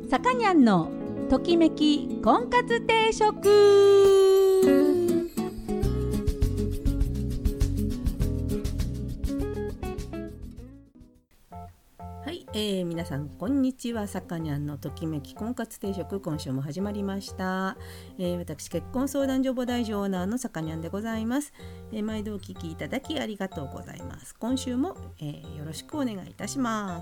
さかにゃんのときめき婚活定食。はい、皆さんこんにちは。さかにゃんのときめき婚活定食、今週も始まりました。私結婚相談所母大女オーナーのさかにゃんでございます。毎度お聞きいただきありがとうございます。今週も、よろしくお願いいたします。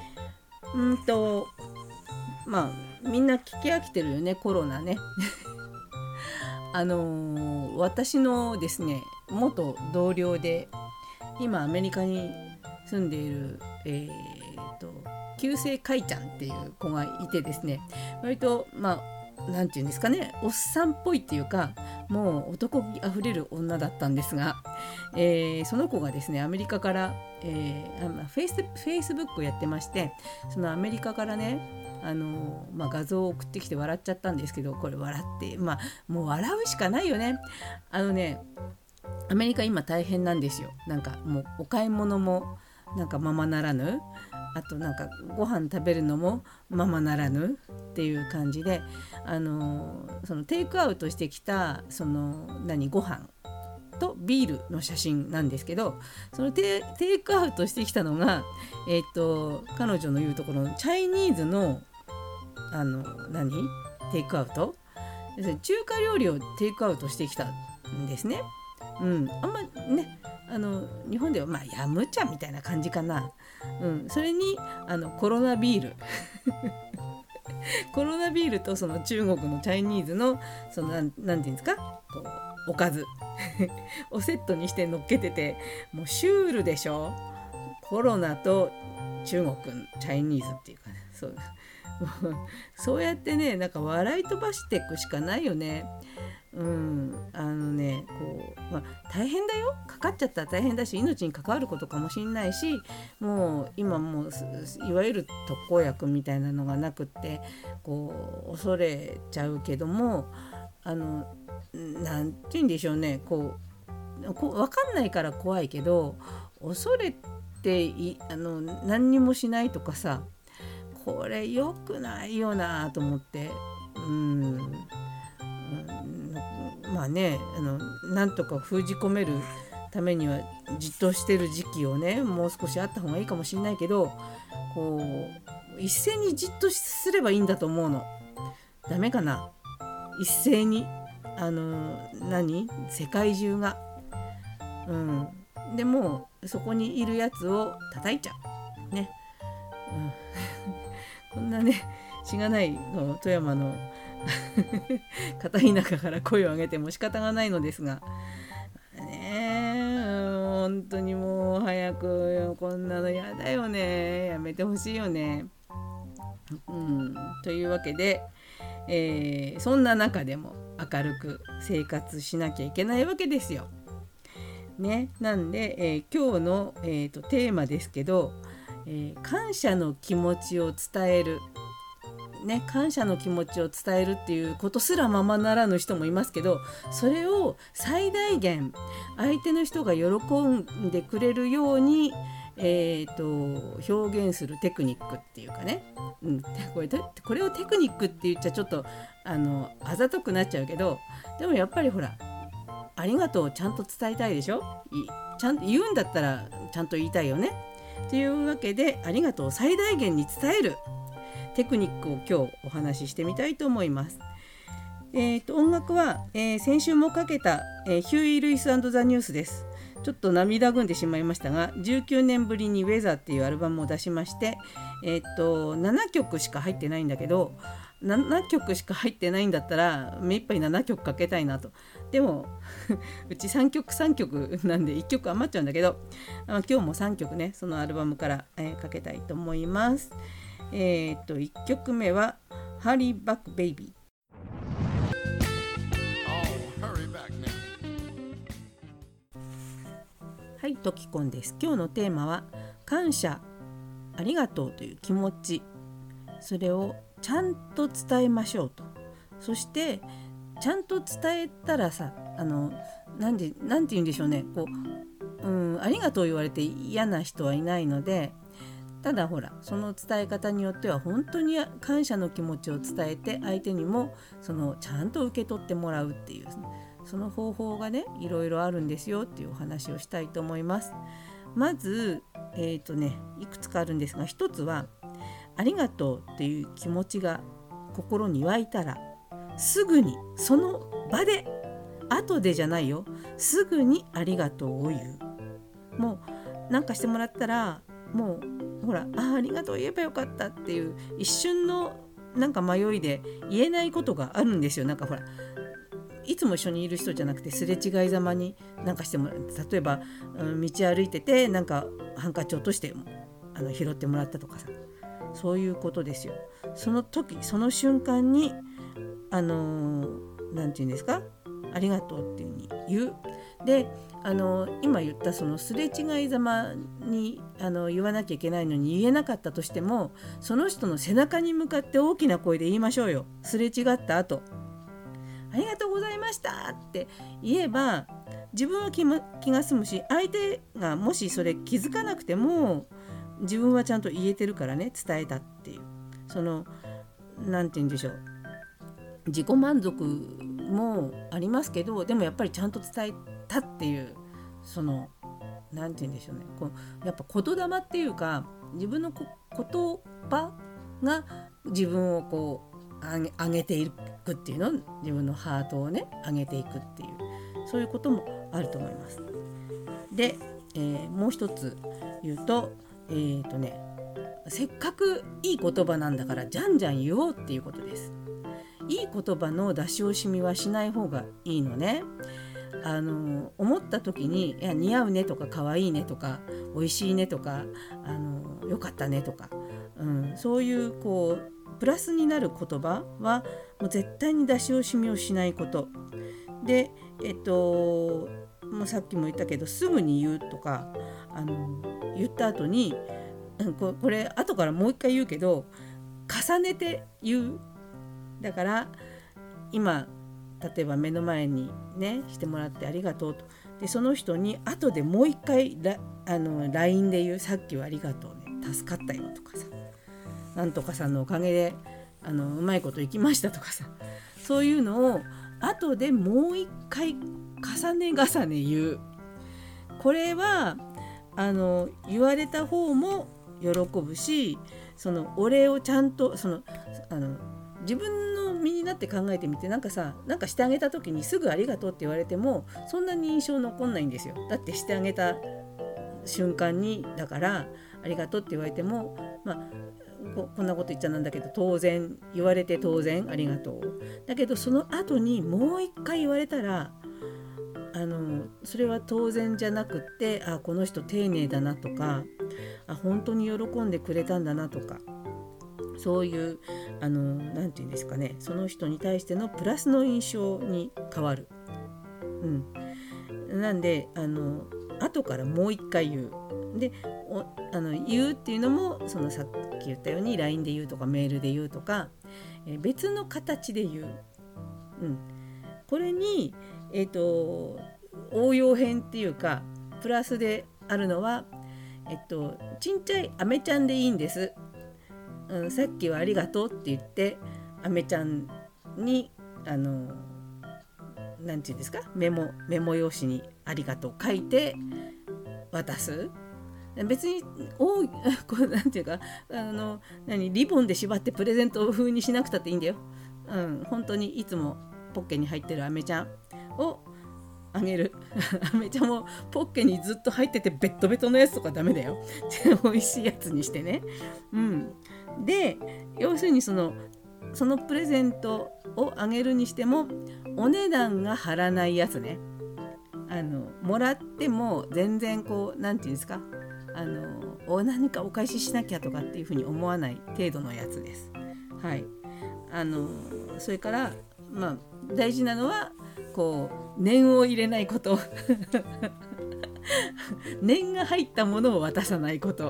みんな聞き飽きてるよね、コロナね私のですね元同僚で今アメリカに住んでいる旧姓かいちゃんっていう子がいてですね、割となんていうんですかね、おっさんっぽいっていうか、もう男気あふれる女だったんですが、その子がですねアメリカから、フェイスブックをやってまして、そのアメリカからね画像を送ってきて笑っちゃったんですけど、これ笑ってもう笑うしかないよね。アメリカ今大変なんですよ。なんかもうお買い物もなんかままならぬ、あとなんかご飯食べるのもままならぬっていう感じで、そのテイクアウトしてきたそのご飯とビールの写真なんですけど、そのテイクアウトしてきたのが、彼女の言うところのチャイニーズのテイクアウト、中華料理をテイクアウトしてきたんですね。あんまね日本ではヤムチャみたいな感じかな。それにコロナビールコロナビールとその中国のチャイニーズのそのなんていうんですか、こうおかずをセットにして乗っけてて、もうシュールでしょ。コロナと中国チャイニーズっていうかね、そうやってね、なんか笑い飛ばしていくしかないよね。大変だよ、かかっちゃったら大変だし、命に関わることかもしれないし、もう今もういわゆる特効薬みたいなのがなくって、こう恐れちゃうけども、なんて言うんでしょうね、分かんないから怖いけど、恐れて何にもしないとかさ、これ良くないよなと思って、なんとか封じ込めるためにはじっとしてる時期をね、もう少しあった方がいいかもしれないけど、一斉にじっとすればいいんだと思うの。ダメかな、一斉に世界中が、でもそこにいるやつを叩いちゃうね、こんなねしがない富山の片田舎から声を上げても仕方がないのですがね、本当にもう早くこんなのやだよね、やめてほしいよね。というわけで、そんな中でも明るく生活しなきゃいけないわけですよ。ね、なんで、今日の、テーマですけど、感謝の気持ちを伝える。感謝の気持ちを伝えるっていうことすらままならぬ人もいますけど、それを最大限相手の人が喜んでくれるように、表現するテクニックっていうかね、これをテクニックって言っちゃちょっとあざとくなっちゃうけど、でもやっぱりほら、ありがとうをちゃんと伝えたいでしょ。ちゃんと言うんだったらちゃんと言いたいよね。というわけで、ありがとうを最大限に伝えるテクニックを今日お話ししてみたいと思います。音楽は、先週もかけた、ヒューイ・ルイス&ザ・ニュースです。ちょっと涙ぐんでしまいましたが、19年ぶりにウェザーっていうアルバムを出しまして、7曲しか入ってないんだけど、7曲しか入ってないんだったら目いっぱい7曲かけたいなと。でもうち3曲なんで1曲余っちゃうんだけど、今日も3曲ね、そのアルバムから、かけたいと思います。1曲目はハリーバックベイビー。はい、トキコンです。今日のテーマは感謝、ありがとうという気持ち、それをちゃんと伝えましょうと。そしてちゃんと伝えたらさ、なんて言うんでしょうね、ありがとう言われて嫌な人はいないので、 ただほら、その伝え方によっては本当に感謝の気持ちを伝えて、相手にもちゃんと受け取ってもらうっていう、その方法がね、いろいろあるんですよっていうお話をしたいと思います。まずいくつかあるんですが、一つはありがとうっていう気持ちが心に湧いたら、すぐにその場で、後でじゃないよ、すぐにありがとうを言う。もうなんかしてもらったら、もうほら、ありがとう言えばよかったっていう一瞬のなんか迷いで言えないことがあるんですよ。なんかほら、いつも一緒にいる人じゃなくて、すれ違いざまになんかしてもらう。例えば、道歩いててなんかハンカチ落として拾ってもらったとかさ、そういうことですよ。その時その瞬間になんて言うんですか、ありがとうっていう風に言う。で今言ったそのすれ違いざまに言わなきゃいけないのに言えなかったとしても、その人の背中に向かって大きな声で言いましょうよ。すれ違った後、ありがとうございましたって言えば、自分は気が済むし、相手がもしそれ気づかなくても自分はちゃんと言えてるからね、伝えたっていう、なんて言うんでしょう、自己満足もありますけど、でもやっぱりちゃんと伝えたっていう、なんて言うんでしょうね、やっぱ言霊っていうか、自分の言葉が自分を上げていくっていうの、自分のハートをね上げていくっていう、そういうこともあると思います。で、もう一つ言うと、せっかくいい言葉なんだからじゃんじゃん言おうっていうことです。いい言葉の出し惜しみはしない方がいいのね。思った時に、いや似合うねとか、可愛いねとか、美味しいねとか、よかったねとか、そういうプラスになる言葉はもう絶対に出し惜しみをしないことで、もうさっきも言ったけど、すぐに言うとか、言った後に、これ後からもう一回言うけど、重ねて言う。だから今例えば目の前にねしてもらってありがとうと、でその人に後でもう一回LINE で言う。さっきはありがとうね、助かったよとかさ、なんとかさんのおかげでうまいこといきましたとかさ、そういうのを後でもう一回重ね重ね言う。これは言われた方も喜ぶし、そのお礼をちゃんと自分の身になって考えてみて、なんかしてあげた時にすぐありがとうって言われてもそんなに印象残んないんですよ。だってしてあげた瞬間に、だからありがとうって言われても、こんなこと言っちゃなんだけど、当然言われて当然ありがとうだけど、その後にもう一回言われたらそれは当然じゃなくって、この人丁寧だなとか、本当に喜んでくれたんだなとか、そういうなんていうんですかね、その人に対してのプラスの印象に変わる。なんで後からもう一回言う。で言うっていうのもさっき言ったように LINE で言うとかメールで言うとか、別の形で言う。これに応用編っていうかプラスであるのは、ちんちゃいアメちゃんでいいんです。さっきはありがとうって言ってアメちゃんになんていうんですか、メモ用紙にありがとう書いて渡す。別になんていうかリボンで縛ってプレゼント風にしなくたっていいんだよ。本当にいつもポッケに入ってるアメちゃんをあげる。アメちゃんもポッケにずっと入っててベッドベトのやつとかダメだよ。美味しいやつにしてね。で要するにそのプレゼントをあげるにしてもお値段が張らないやつね。もらっても全然なんていうんですか、何かお返ししなきゃとかっていうふうに思わない程度のやつです。はい。それから大事なのは念を入れないこと念が入ったものを渡さないこと、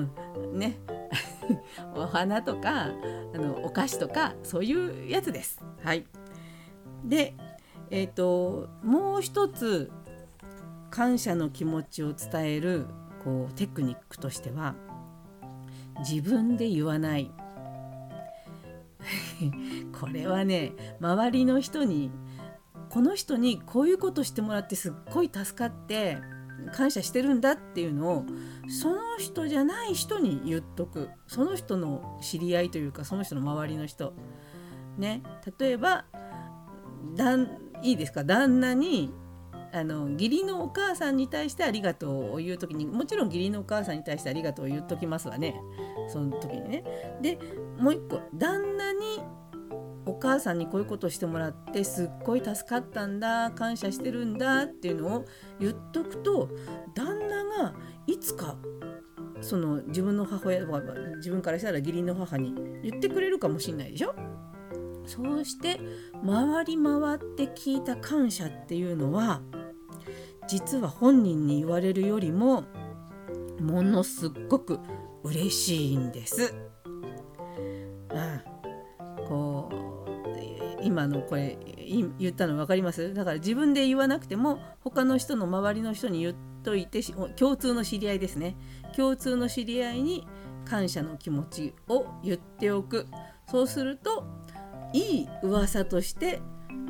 お花とかお菓子とかそういうやつです。はい。で、もう一つ感謝の気持ちを伝えるテクニックとしては、 自分で言わないこれはね、周りの人に、この人にこういうことしてもらってすっごい助かって感謝してるんだっていうのをその人じゃない人に言っとく。その人の知り合いというか、その人の周りの人ね。例えばいいですか、旦那に義理のお母さんに対してありがとうを言うときに、もちろん義理のお母さんに対してありがとうを言っときますわね、その時にね。でもう一個、旦那にお母さんにこういうことをしてもらってすっごい助かったんだ、感謝してるんだっていうのを言っとくと、旦那がいつかその自分の母親とか自分からしたら義理の母に言ってくれるかもしれないでしょ。そうして回り回って聞いた感謝っていうのは、実は本人に言われるよりもものすっごく嬉しいんです。こう今のこれ言ったの分かります？だから自分で言わなくても他の人の周りの人に言っといて、共通の知り合いですね。共通の知り合いに感謝の気持ちを言っておく。そうするといい噂として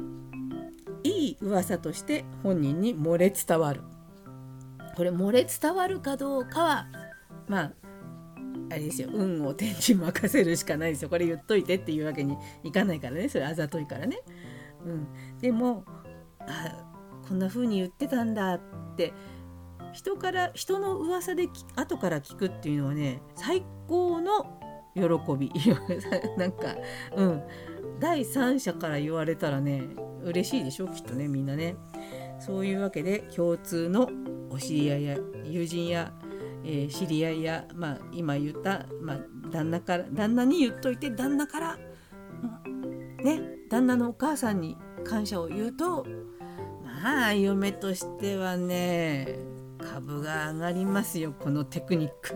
本人に漏れ伝わる。これ漏れ伝わるかどうかはあれですよ、運を天に任せるしかないですよ。これ言っといてっていうわけにいかないからね、それあざといからね。でもこんな風に言ってたんだって人の噂で後から聞くっていうのはね、最高の喜びなんか第三者から言われたらね、嬉しいでしょきっとね、みんなね。そういうわけで共通のお知り合いや友人や、知り合いや、今言った、旦那に言っといて、旦那から旦那のお母さんに感謝を言うと、嫁としてはね、株が上がりますよ、このテクニック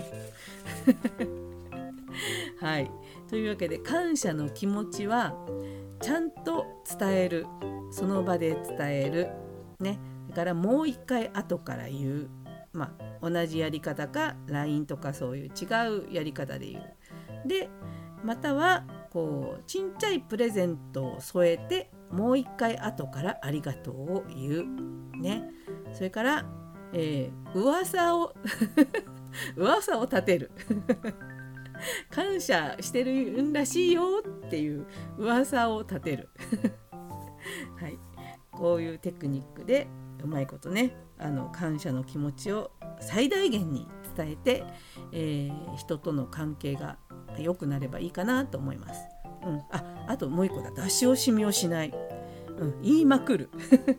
はい、というわけで感謝の気持ちはちゃんと伝える、その場で伝えるね。だからもう一回後から言う、同じやり方か LINE とかそういう違うやり方で言う。でまたはこうちんちゃいプレゼントを添えてもう一回後からありがとうを言うね。それから噂を立てる感謝してるんらしいよっていう噂を立てるはい、こういうテクニックでうまいことね、感謝の気持ちを最大限に伝えて、人との関係が良くなればいいかなと思います。あともう一個だ、出し惜しみをしない、言いまくる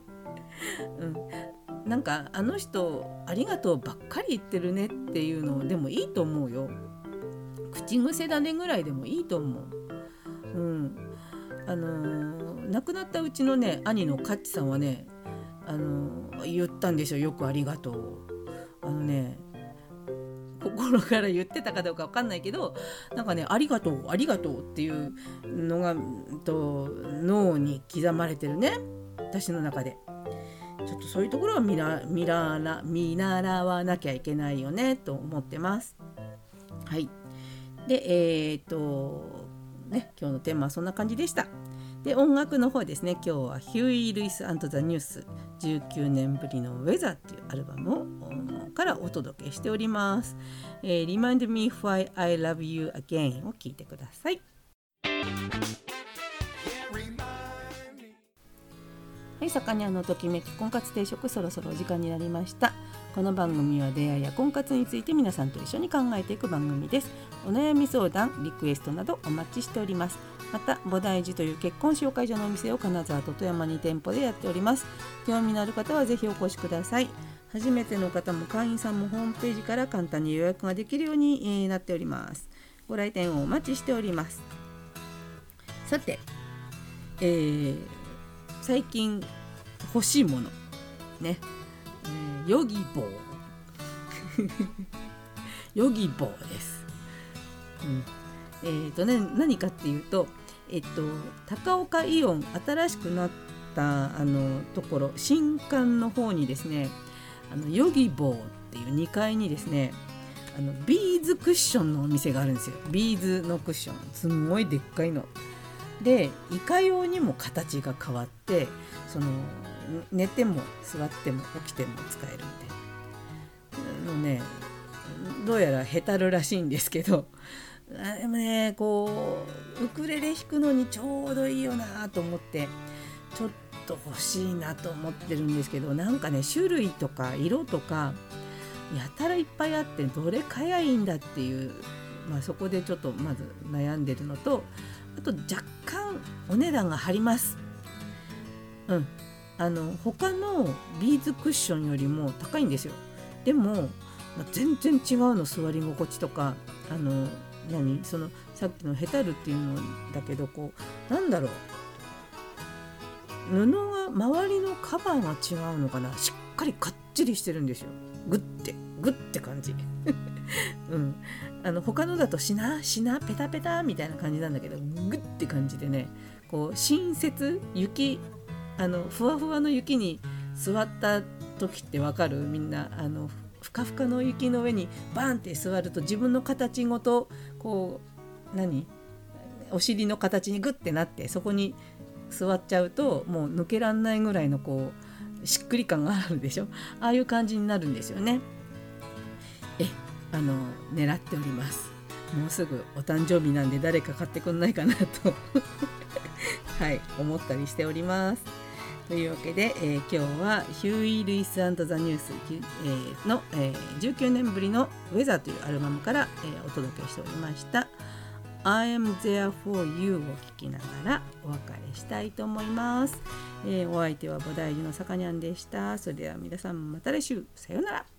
なんかあの人ありがとうばっかり言ってるねっていうのでもいいと思うよ。口癖だねぐらいでもいいと思う。亡くなったうちのね兄のカッチさんはね、言ったんでしょ、よくありがとう。心から言ってたかどうか分かんないけど、なんかね、ありがとうありがとうっていうのが脳に刻まれてるね、私の中で。ちょっとそういうところは見習わなきゃいけないよねと思ってます。はい。で今日のテーマはそんな感じでした。で音楽の方ですね、今日はヒューイ・ルイス&ザ・ニュース19年ぶりのウェザーっていうアルバムからお届けしております。Remind Me Why I Love You Again を聴いてください。はい、さかにゃんのときめき婚活定食、そろそろお時間になりました。この番組は出会いや婚活について皆さんと一緒に考えていく番組です。お悩み相談、リクエストなどお待ちしております。また菩提寺という結婚紹介所のお店を金沢と富山に店舗でやっております。興味のある方はぜひお越しください。初めての方も会員さんもホームページから簡単に予約ができるようになっております。ご来店をお待ちしております。さて、最近欲しいものね、ヨギボーヨギボーです。何かっていうと、高岡イオン新しくなったところ、新館の方にですね、ヨギボーっていう2階にですね、 ビーズクッションのお店があるんですよ。ビーズのクッションすんごいでっかいので、イカ用にも形が変わって、寝ても座っても起きても使えるんでね、どうやらヘタるらしいんですけど、でもねこうウクレレ弾くのにちょうどいいよなと思ってちょっと欲しいなと思ってるんですけど、なんかね種類とか色とかやたらいっぱいあって、どれ買えばいいんだっていう、そこでちょっとまず悩んでるのと、あと若干お値段が張ります。他のビーズクッションよりも高いんですよ。でも、全然違うの、座り心地とかさっきのヘタルっていうのだけど、なんだろう、布が周りのカバーが違うのかな、しっかりかっちりしてるんですよ。グッて感じ他のだとしなペタペタみたいな感じなんだけど、グッて感じでね、新雪ふわふわの雪に座った時ってわかる？みんなふかふかの雪の上にバーンって座ると、自分の形ごとお尻の形にグッてなって、そこに座っちゃうともう抜けらんないぐらいのしっくり感があるでしょ。ああいう感じになるんですよね。狙っております。もうすぐお誕生日なんで誰か買ってくんないかなとはい思ったりしております。というわけで、今日はヒューイ・ルイス&ザ・ニュース、の、19年ぶりのウェザーというアルバムから、お届けしておりました I am there for you を聴きながらお別れしたいと思います。お相手は菩提寺のさかにゃんでした。それでは皆さんまた来週、さようなら。